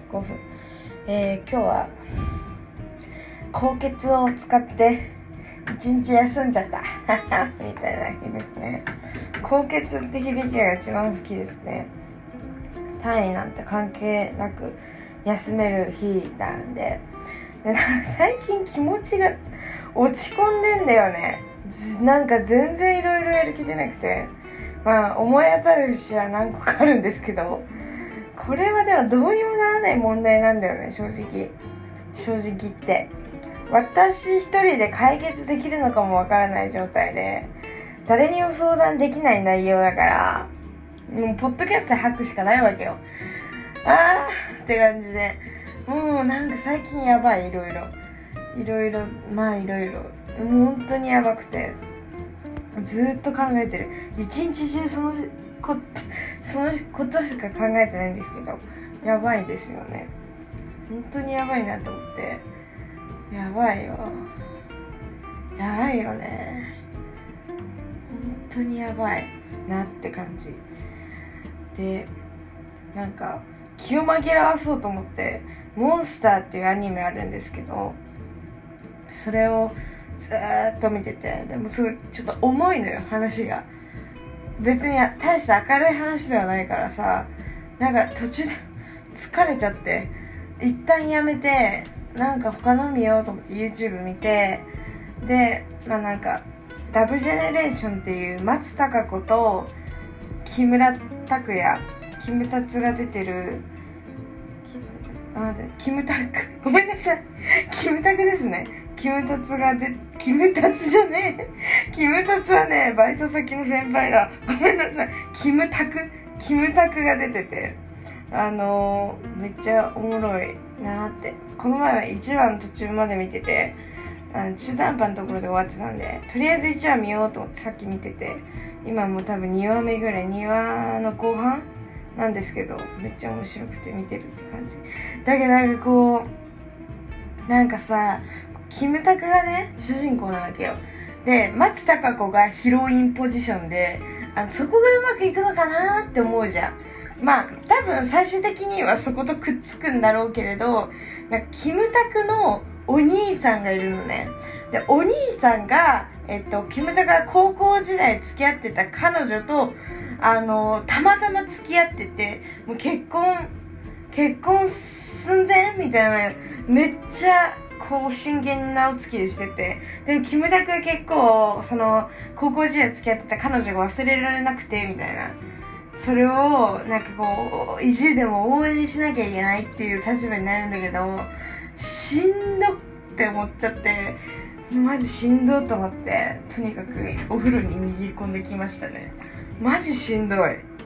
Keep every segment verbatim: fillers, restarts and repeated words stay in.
ごふん、えー、今日は高血を使って一日休んじゃったみたいな日ですね。高血って響きが一番好きですね。単位なんて関係なく休める日なんで。で、最近気持ちが落ち込んでんだよね。なんか全然いろいろやる気出なくて、まあ思い当たる節は何個かあるんですけど、これはではどうにもならない問題なんだよね。正直正直言って私一人で解決できるのかもわからない状態で、誰にも相談できない内容だから、もうポッドキャストで吐くしかないわけよ。あーって感じで、もうなんか最近やばい、いろいろいろいろまあいろいろもう本当にやばくて、ずーっと考えてる。一日中そのこそのことしか考えてないんですけど、やばいですよね。本当にやばいなと思って、やばいよやばいよね本当にやばいなって感じで、なんか気を紛らわそうと思ってモンスターっていうアニメあるんですけど、それをずーっと見てて、でもすごいちょっと重いのよ、話が。別に大して明るい話ではないからさ、なんか途中で疲れちゃって一旦やめて、なんか他の見ようと思って YouTube 見て、でまあなんかラブジェネレーションっていう松たか子と木村拓哉キムタツが出てるあキムタクごめんなさいキムタクですね。キムタツがでキムタツじゃねえキムタツはねバイト先の先輩だ、ごめんなさい。キムタクキムタクが出てて、あのー、めっちゃおもろいなーって。この前はいちわの途中まで見てて、あの中途半端のところで終わってたんで、とりあえずいちわ見ようと思ってさっき見てて、今もう多分にわめぐらい、にわの後半なんですけど、めっちゃ面白くて見てるって感じだけど、なんかこうなんかさ、キムタクがね主人公なわけよ。で松たか子がヒロインポジションで、あのそこがうまくいくのかなって思うじゃん。まあ多分最終的にはそことくっつくんだろうけれど、なんかキムタクのお兄さんがいるのね。でお兄さんがえっとキムタクが高校時代付き合ってた彼女とあのたまたま付き合ってて、もう結婚結婚寸前みたいな、めっちゃこう真剣なお付き合いしてて、でもキムタクは結構その高校時代付き合ってた彼女が忘れられなくてみたいな、それをなんかこう意地でも応援しなきゃいけないっていう立場になるんだけど、しんどって思っちゃって、マジしんどと思って、とにかくお風呂に握り込んできましたね。マジしんどい。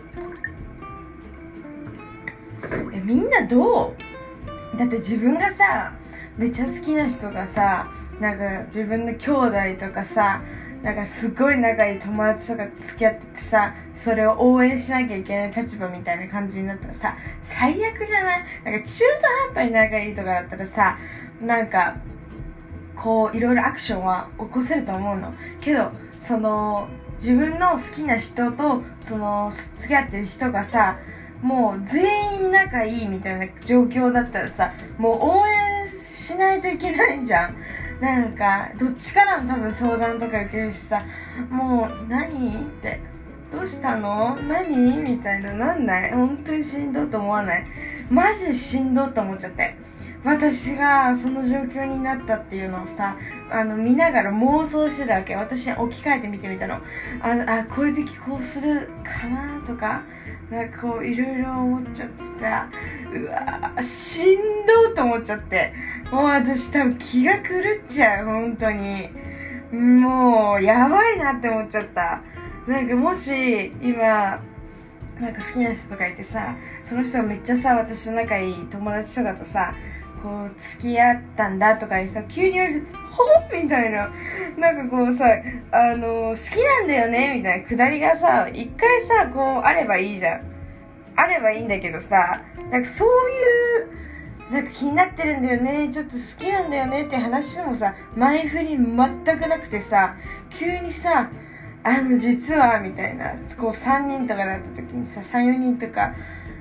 えみんなどう？だって自分がさめっちゃ好きな人がさ、なんか自分の兄弟とかさ、なんかすごい仲いい友達とか付き合っててさ、それを応援しなきゃいけない立場みたいな感じになったらさ、最悪じゃない？なんか中途半端に仲いいとかだったらさ、なんかこういろいろアクションは起こせると思うのけど、その自分の好きな人とその付き合ってる人がさ、もう全員仲いいみたいな状況だったらさ、もう応援しないといけないじゃん。なんかどっちからも多分相談とか受けるしさ、もう何ってどうしたの何みたいななんない？本当にしんどいと思わない？マジしんどいと思っちゃって、私がその状況になったっていうのをさ、あの見ながら妄想してたわけ。私に置き換えて見てみたの。ああこういう時こうするかなとか、なんかこういろいろ思っちゃってさ、うわーしんどいと思っちゃって、もう私多分気が狂っちゃう。本当にもうやばいなって思っちゃった。なんかもし今なんか好きな人とかいてさ、その人がめっちゃさ私と仲いい友達とかとさこう付き合ったんだとかさ、急に言われてほほみたいな、なんかこうさ、あの好きなんだよねみたいなくだりがさ、一回さこうあればいいじゃん。あればいいんだけどさ、なんかそういうなんか気になってるんだよね、ちょっと好きなんだよねって話もさ、前振り全くなくてさ、急にさあの実はみたいな、こうさんにんとかだった時にさ、さん、よにんとか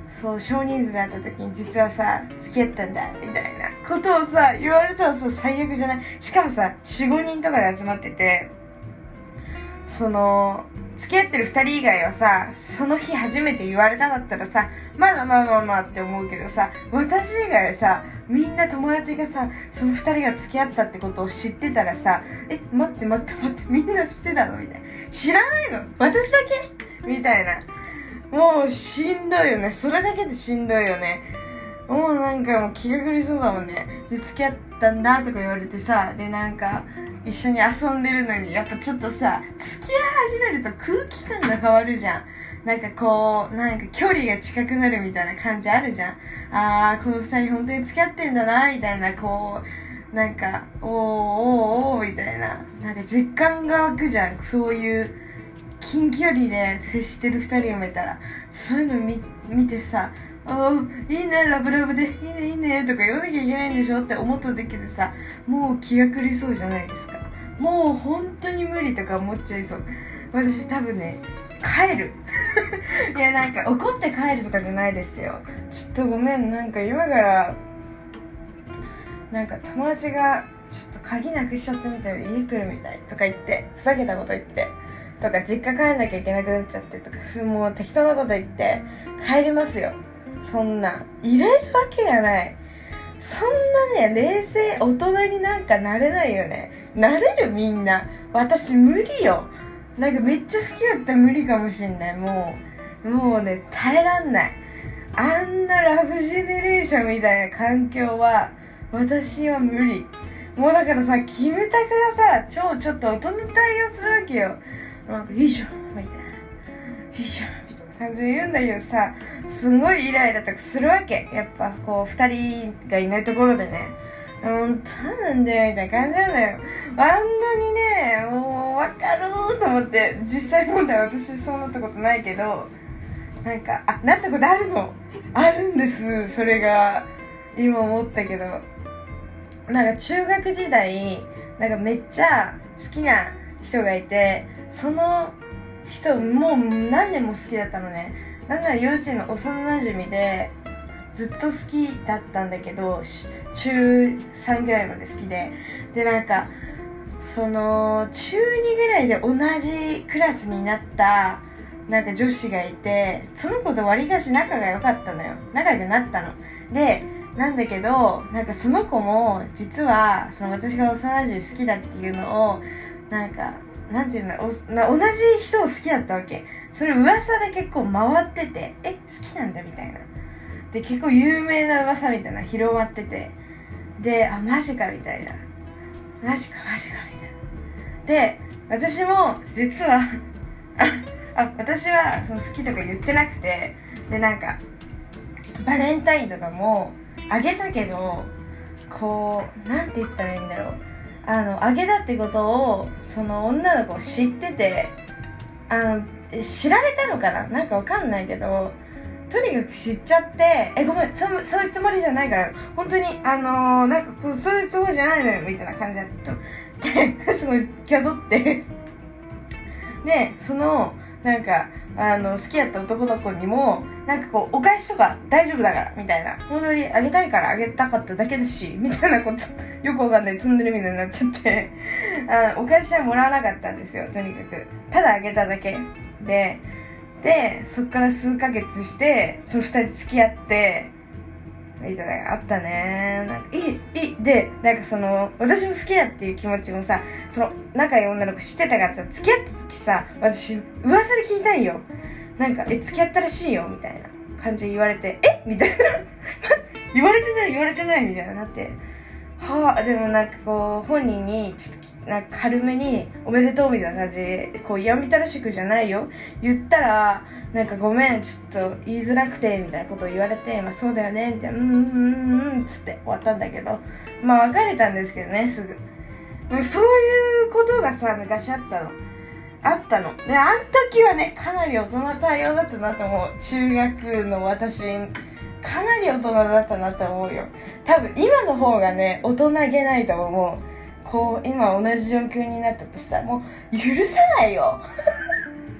そう少人数で会った時に実はさ付き合ったんだみたいなことをさ言われたらさ最悪じゃない？しかもさ よん,ご 人とかで集まってて、その付き合ってるふたり以外はさその日初めて言われただったらさまだまあまあまあって思うけどさ、私以外さみんな友達がさそのふたりが付き合ったってことを知ってたらさ、え待って待って待ってみんな知ってたのみたいな、知らないの私だけみたいな、もうしんどいよね。それだけでしんどいよね。もうなんかもう気が狂いそうだもんね。で付き合ったんだとか言われてさ、でなんか一緒に遊んでるのにやっぱちょっとさ付き合い始めると空気感が変わるじゃん。なんかこうなんか距離が近くなるみたいな感じあるじゃん。あーこの二人本当に付き合ってんだなみたいな、こうなんかおーおーおーみたいな、なんか実感が湧くじゃん。そういう近距離で接してる二人を見たら、そういうの 見, 見てさ、あーいいねラブラブでいいねいいねとか言わなきゃいけないんでしょって思っただけでさ、もう気が狂いそうじゃないですか。もう本当に無理とか思っちゃいそう。私多分ね帰るいやなんか怒って帰るとかじゃないですよ。ちょっとごめん、なんか今からなんか友達がちょっと鍵なくしちゃったみたいで家来るみたいとか言ってふざけたこと言ってとか、実家帰んなきゃいけなくなっちゃってとか、もう適当なこと言って帰りますよ。そんな入れるわけがない。そんなね冷静大人になんかなれないよね。なれるみんな。私無理よ。なんかめっちゃ好きだったら無理かもしんない。もうもうね耐えらんない。あんなラブジェネレーションみたいな環境は私は無理。もうだからさキムタクがさ超ちょっと大人対応するわけよ。なんかいいじゃんみたいな、いいじゃんみたいな感じで言うんだけどさ、すごいイライラとかするわけ。やっぱこう二人がいないところでね、うんたなんだよみたいな感じなんだよ。あんなにねもう分かるーと思って、実際問題私そうなったことないけど、なんかあなったことあるのあるんです。それが今思ったけど、なんか中学時代なんかめっちゃ好きな人がいて、その人もう何年も好きだったのね。なんなら幼稚園の幼馴染でずっと好きだったんだけど、中さんぐらいまで好きで、でなんかその中にぐらいで同じクラスになったなんか女子がいて、その子と割りかし仲が良かったのよ。仲良くなったので、なんだけどなんかその子も実はその私が幼馴染好きだっていうのをなんかなんていうんだ、おな同じ人を好きだったわけ。それ噂で結構回ってて、え好きなんだみたいなで、結構有名な噂みたいな広まってて、であマジかみたいな、マジかマジかみたいなで、私も実はああ私はその好きとか言ってなくて、でなんかバレンタインとかもあげたけど、こうなんて言ったらいいんだろう、あのあげたってことをその女の子を知ってて、あの知られたのかな、なんかわかんないけど、とにかく知っちゃって、えごめん そ, そういうつもりじゃないから本当にあのー、なんかこうそういうつもりじゃないのよみたいな感じだったですごいギャドってでそのなんかあの好きだった男の子にもなんかこうお返しとか大丈夫だからみたいな、本当にあげたいからあげたかっただけだしみたいなことよくわかんないツンデレみたいになっちゃってあお返しはもらわなかったんですよ。とにかくただあげただけで、でそっから数ヶ月してその二人付き合ってみたいなのがあったね。なんかいいいいで、なんかその私も好きだっていう気持ちもさ、その仲いい女の子知ってたからさ、付き合った時さ私噂で聞いたんよ。なんかえ付き合ったらしいよみたいな感じで言われて、えみたいな言われてない言われてないみたいななって、はあでもなんかこう本人にちょっとなんか軽めにおめでとうみたいな感じでこうやみたらしくじゃないよ言ったら、なんかごめんちょっと言いづらくてみたいなことを言われて、まあそうだよねみたいな、うんうんうんうんつって終わったんだけど、まあ別れたんですけどねすぐ。そういうことがさ昔あったのあったので、あん時はねかなり大人対応だったなと思う。中学の私かなり大人だったなと思うよ。多分今の方がね大人げないと思う。こう今同じ状況になったとしたらもう許さないよ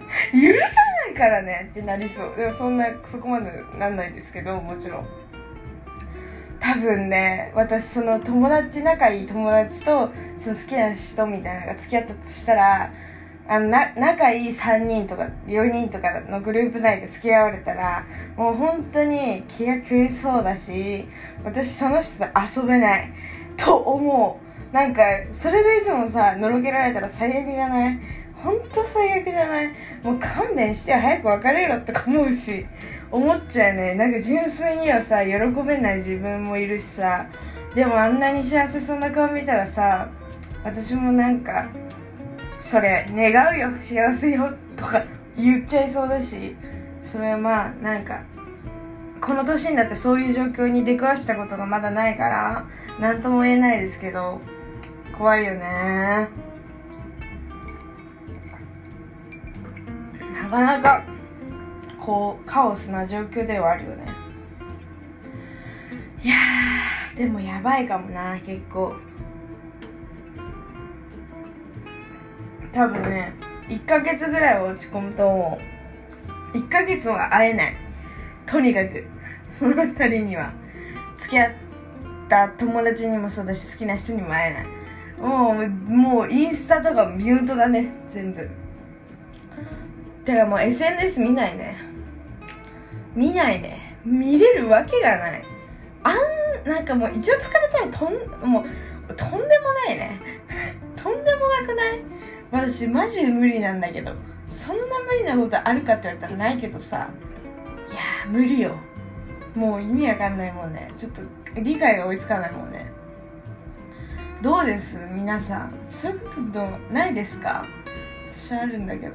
許さないからねってなりそう。でもそんなそこまでなんないですけど、もちろん多分ね、私その友達仲いい友達とその好きな人みたいなのが付き合ったとしたら、あのな仲いいさんにんとかよにんとかのグループ内で付き合われたらもう本当に気が狂いそうだし、私その人と遊べないと思う。なんかそれでいつもさのろけられたら最悪じゃない？ほんと最悪じゃない？もう勘弁して早く別れろとか思うし、思っちゃうね。なんか純粋にはさ喜べない自分もいるしさ、でもあんなに幸せそうな顔見たらさ、私もなんかそれ願うよ幸せよとか言っちゃいそうだし、それはまあなんかこの年になってそういう状況に出くわしたことがまだないから何とも言えないですけど、怖いよね。なかなかこうカオスな状況ではあるよね。いやーでもやばいかもな、結構。多分ねいっかげつぐらい落ち込むと思う。いっかげつは会えない。とにかくそのふたりには、付き合った友達にもそうだし好きな人にも会えない。もうもうインスタとかミュートだね、全部。だからもう エスエヌエス 見ないね見ないね見れるわけがない。あんなんかもう一応疲れたい、とんもうとんでもないねとんでもなくない？私マジで無理なんだけど、そんな無理なことあるかって言われたらないけどさ、いやー無理よ。もう意味わかんないもんね。ちょっと理解が追いつかないもんね。どうです皆さん、そういうことないですか？私あるんだけど。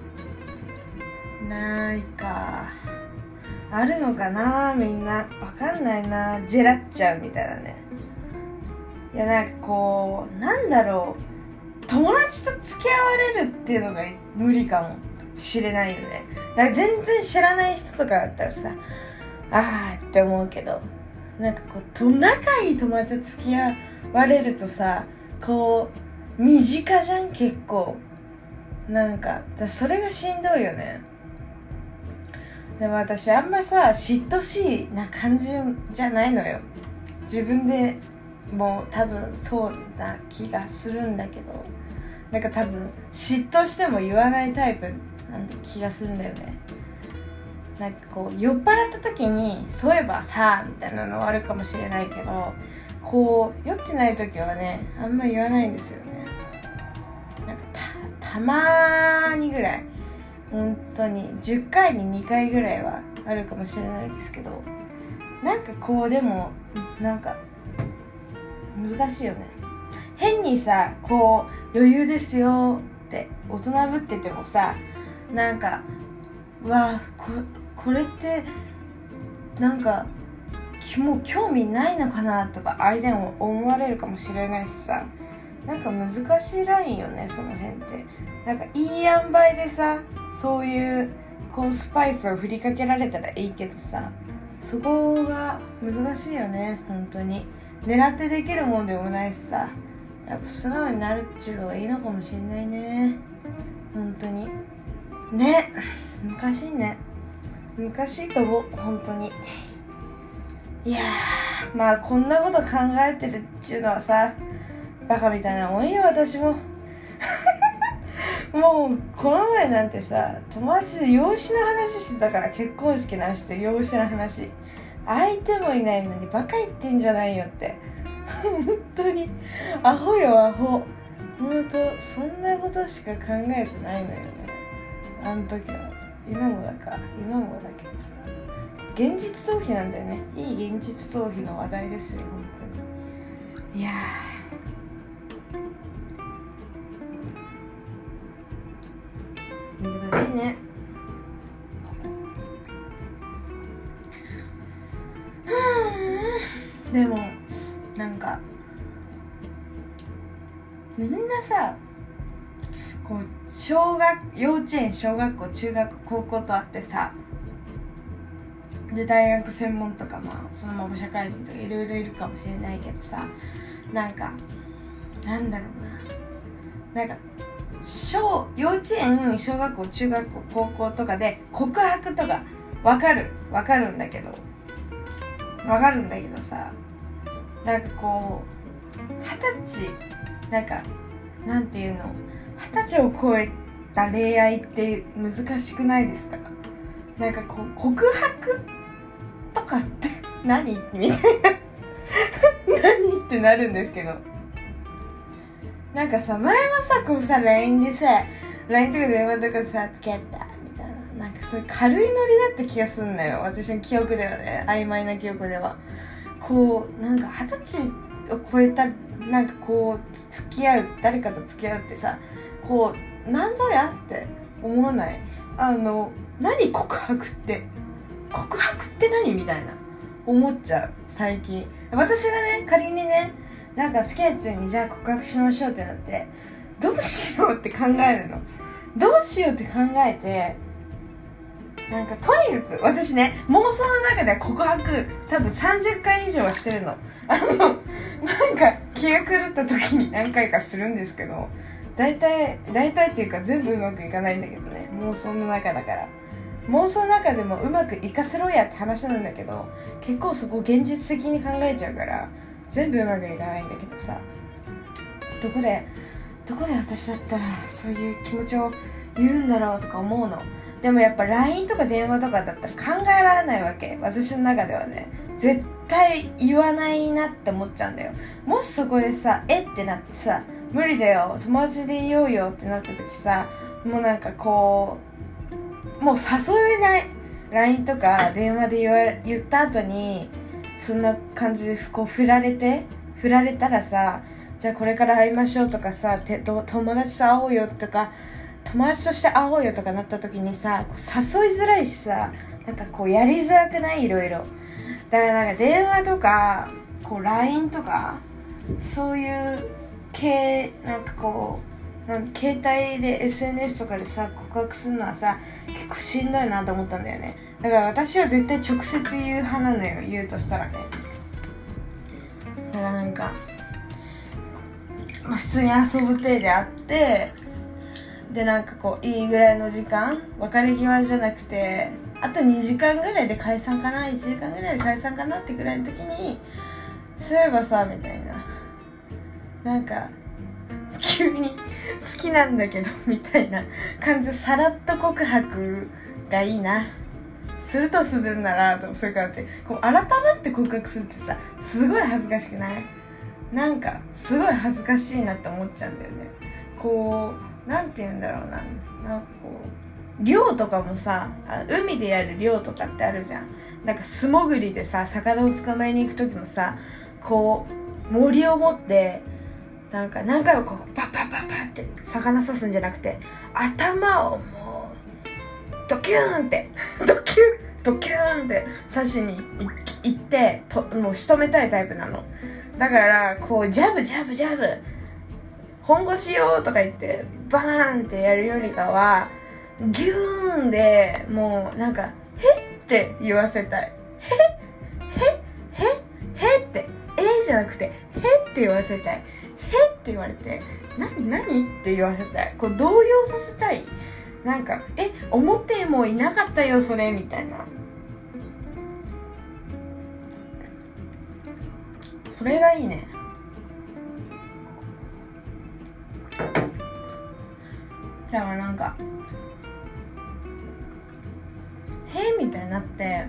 ないか。あるのかな、みんな。わかんないな。ジェラっちゃうみたいなね。いやなんかこうなんだろう、友達と付き合われるっていうのが無理かもしれないよね。だから全然知らない人とかだったらさ、あーって思うけど、なんかこうと仲いい友達と付き合われるとさ、こう身近じゃん結構。なんかだそれがしんどいよね。でも私あんまさ嫉妬しいな感じじゃないのよ。自分でもう多分そうな気がするんだけど、なんか多分嫉妬しても言わないタイプなん気がするんだよね。なんかこう酔っ払った時にそういえばさみたいなのはあるかもしれないけど、こう酔ってない時はねあんま言わないんですよね。なんか た, たまーにぐらい、本当にじゅっかいににかいぐらいはあるかもしれないですけど、なんかこうでもなんか難しいよね。変にさこう余裕ですよって大人ぶっててもさ、なんかうわこれこれってなんかもう興味ないのかなとか相手も思われるかもしれないしさ、なんか難しいラインよねその辺って。なんかいい塩梅でさ、そういうこうスパイスを振りかけられたらいいけどさ、そこが難しいよね本当に。狙ってできるもんでもないしさ、やっぱ素直になるっちゅうのがいいのかもしれないね本当にね。難しいね、難しいと思う本当に。いやーまあこんなこと考えてるっちゅうのはさ、バカみたいなもんよ私ももうこの前なんてさ友達で養子の話してたから、結婚式なしで養子の話、相手もいないのにバカ言ってんじゃないよって本当にアホよアホ。本当そんなことしか考えてないのよねあの時は。今もだか今もだけどさ、現実逃避なんだよね。いい現実逃避の話題ですよ本当に。いやー難しいね。でもなんかみんなさこう小学幼稚園小学校中学高校とあってさ、で大学専門とかまあそのまま社会人とかいろいろいるかもしれないけどさ、なんかなんだろうな、なんか小幼稚園、小学校、中学校、高校とかで告白とかわかるわかるんだけどわかるんだけどさ、なんかこう二十歳なんかなんていうの二十歳を超えた恋愛って難しくないですか？なんかこう告白とかって何みたいな何ってなるんですけど、なんかさ前はさこうさ ライン でさ ライン とか電話とかさ付き合ったみたいな、なんかそういう軽いノリだった気がすんのよ、私の記憶ではね、曖昧な記憶では。こうなんか二十歳を超えたなんかこう付き合う誰かと付き合うってさ、こうなんぞやって思わない？あの何告白って告白って何みたいな思っちゃう最近。私がね仮にねなんか好きな人にじゃあ告白しましょうってなってどうしようって考えるの。どうしようって考えて、なんかとにかく私ね妄想の中では告白多分さんじゅっかい以上はしてるの。あのなんか気が狂った時に何回かするんですけど、大体大体っていうか全部うまくいかないんだけどね、妄想の中だから。妄想の中でもうまくいかせろやって話なんだけど、結構そこ現実的に考えちゃうから全部うまくいかないんだけどさ、どこでどこで私だったらそういう気持ちを言うんだろうとか思うの。でもやっぱ ライン とか電話とかだったら考えられないわけ、私の中ではね。絶対言わないなって思っちゃうんだよ。もしそこでさえってなってさ、無理だよ友達でいようよってなった時さ、もうなんかこうもう誘えない。 ライン とか電話で言わ言った後にそんな感じでこう振られて振られたらさ、じゃあこれから会いましょうとかさ、て友達と会おうよとか友達として会おうよとかなった時にさ、こう誘いづらいしさ、なんかこうやりづらくない？いろいろだからなんか電話とかこう ライン とかそういう系なんかこうなんか携帯で エスエヌエス とかでさ告白するのはさ結構しんどいなと思ったんだよね。だから私は絶対直接言う派なのよ、言うとしたらね。だからなんか、まあ、普通に遊ぶ体であってでなんかこういいぐらいの時間別れ際じゃなくてあとにじかんぐらいで解散かな、いちじかんぐらいで解散かなってぐらいの時に、そういえばさみたいな、なんか急に好きなんだけどみたいな感じをさらっと告白がいいな。するとするんならそれからこう改まって告白するってさすごい恥ずかしくない？なんかすごい恥ずかしいなって思っちゃうんだよね。こうなんて言うんだろうな、なんかこう漁とかもさ、海でやる漁とかってあるじゃん。なんか素潜りでさ魚を捕まえに行く時もさ、こう銛を持ってなんか何回もこうパッパッパッパッって魚刺すんじゃなくて、頭をもうドキューンってドキュードキューンって刺しに行ってともう仕留めたいタイプなの。だからこうジャブジャブジャブ本腰よとか言ってバーンってやるよりかはギューンでもうなんかへって言わせたい。へへへへってえじゃなくてへって言わせたい。へって言われて何何って言わせたい。こう動揺させたい。なんかえ思ってもいなかったよそれみたいな、それがいいね。だからなんかへみたいになって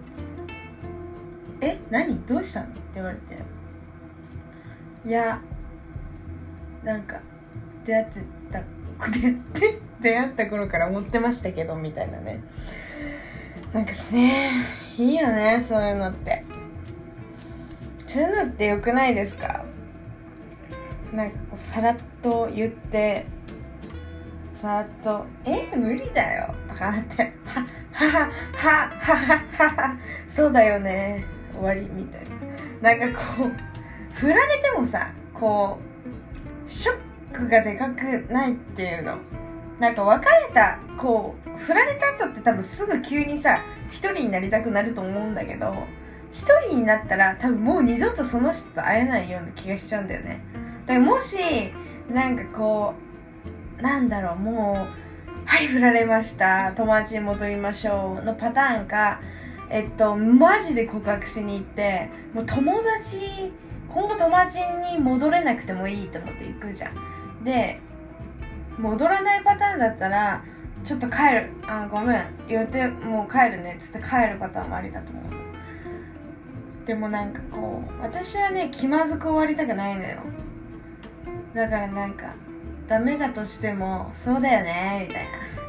え何どうしたのって言われて、いやなんか出会ってた出会って出会った頃から思ってましたけどみたいなね。なんかねいいよねそういうのって。そういうのって良くないですか？なんかこうさらっと言ってさらっとえ無理だよとかなってははははははそうだよね終わりみたいな。なんかこう振られてもさこうショックがでかくないっていうの。なんか別れたこう振られた後って多分すぐ急にさ一人になりたくなると思うんだけど、一人になったら多分もう二度とその人と会えないような気がしちゃうんだよね。だからもしなんかこうなんだろう、もうはい振られました友達に戻りましょうのパターンか、えっとマジで告白しに行って、もう友達今後友達に戻れなくてもいいと思って行くじゃん。で戻らないパターンだったらちょっと帰る、あごめん予定もう帰るねっつって帰るパターンもありだと思う。でもなんかこう私はね気まずく終わりたくないのよ。だからなんかダメだとしてもそうだよねみたいな、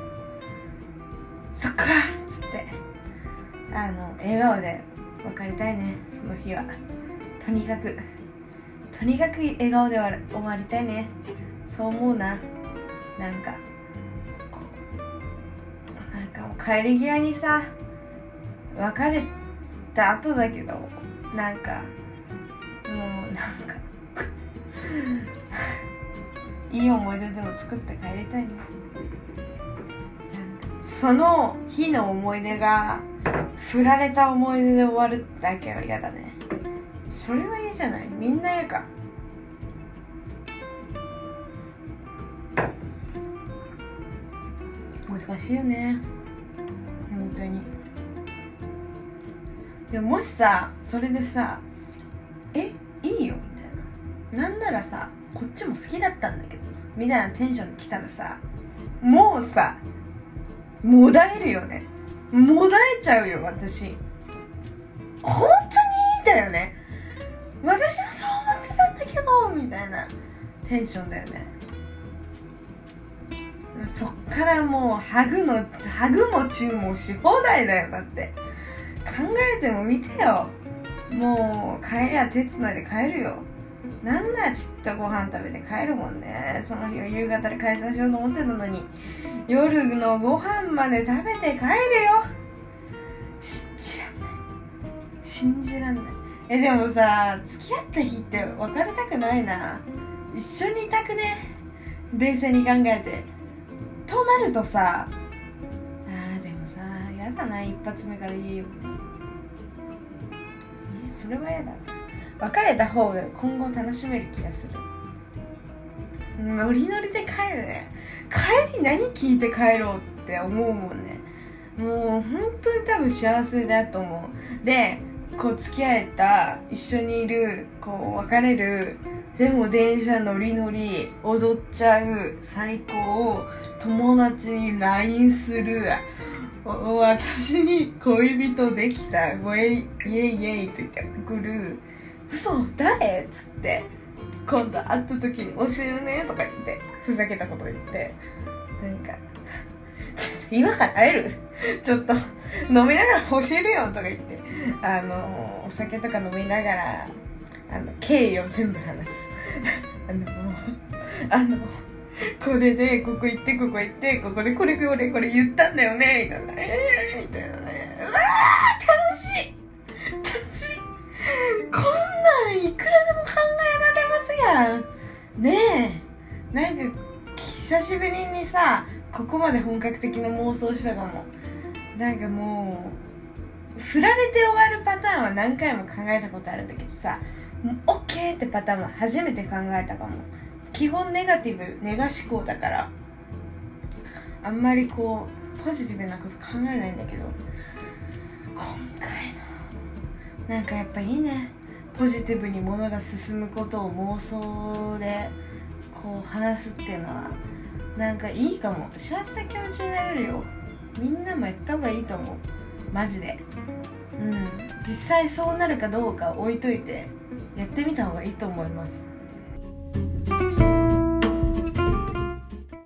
そっかっつってあの笑顔で別れたいね。その日はとにかくとにかく笑顔で終わりたいね。そう思うな。なんかこうなんかもう帰り際にさ別れた後だけどなんかもうなんかいい思い出でも作って帰りたいね。なんかその日の思い出が振られた思い出で終わるだけは嫌だね。それは嫌じゃない？みんな嫌か。難しいよね本当に。でももしさそれでさえいいよみたいな、なんならさこっちも好きだったんだけどみたいなテンションに来たらさ、もうさもだえるよね。もだえちゃうよ私。本当にいいんだよね、私もそう思ってたんだけどみたいなテンションだよね。そっからもうハグのハグもチューもし放題だよ。だって考えてもみてよ。もう帰りは手つないで帰るよ。なんならちっとご飯食べて帰るもんね。その日は夕方で解散しようと思ってたのに夜のご飯まで食べて帰るよ。信じらんない信じらんない。えでもさ付き合った日って別れたくないな。一緒にいたくね、冷静に考えて。となるとさあーでもさやだな、一発目から言えよ。えそれはやだな。別れた方が今後楽しめる気がする。ノリノリで帰るね。帰り何聞いて帰ろうって思うもんね。もう本当に多分幸せだと思う。でこう付き合えた一緒にいるこう別れる、でも電車乗り乗り踊っちゃう最高、友達に ライン する、私に恋人できた、イエイイエイイエイって言ってくる、嘘誰っつって今度会った時に教えるねとか言ってふざけたこと言って、なんかちょっと今から会えるちょっと飲みながら教えるよとか言って、あのお酒とか飲みながらあの経緯を全部話すあのあのこれでここ行ってここ行ってここでこれこれこれ言ったんだよねみたいな、えーみたいなね。うわー楽しい楽しい、こんなんいくらでも考えられますやんねえ。なんか久しぶりにさここまで本格的な妄想したかも。なんかもう振られて終わるパターンは何回も考えたことあるんだけどさ、もう OK ってパターンは初めて考えたかも。基本ネガティブネガ思考だからあんまりこうポジティブなこと考えないんだけど、今回のなんかやっぱいいね。ポジティブに物が進むことを妄想でこう話すっていうのはなんかいいかも。幸せな気持ちになれるよ。みんなもやった方がいいと思うマジで。うん実際そうなるかどうか置いといてやってみた方がいいと思います。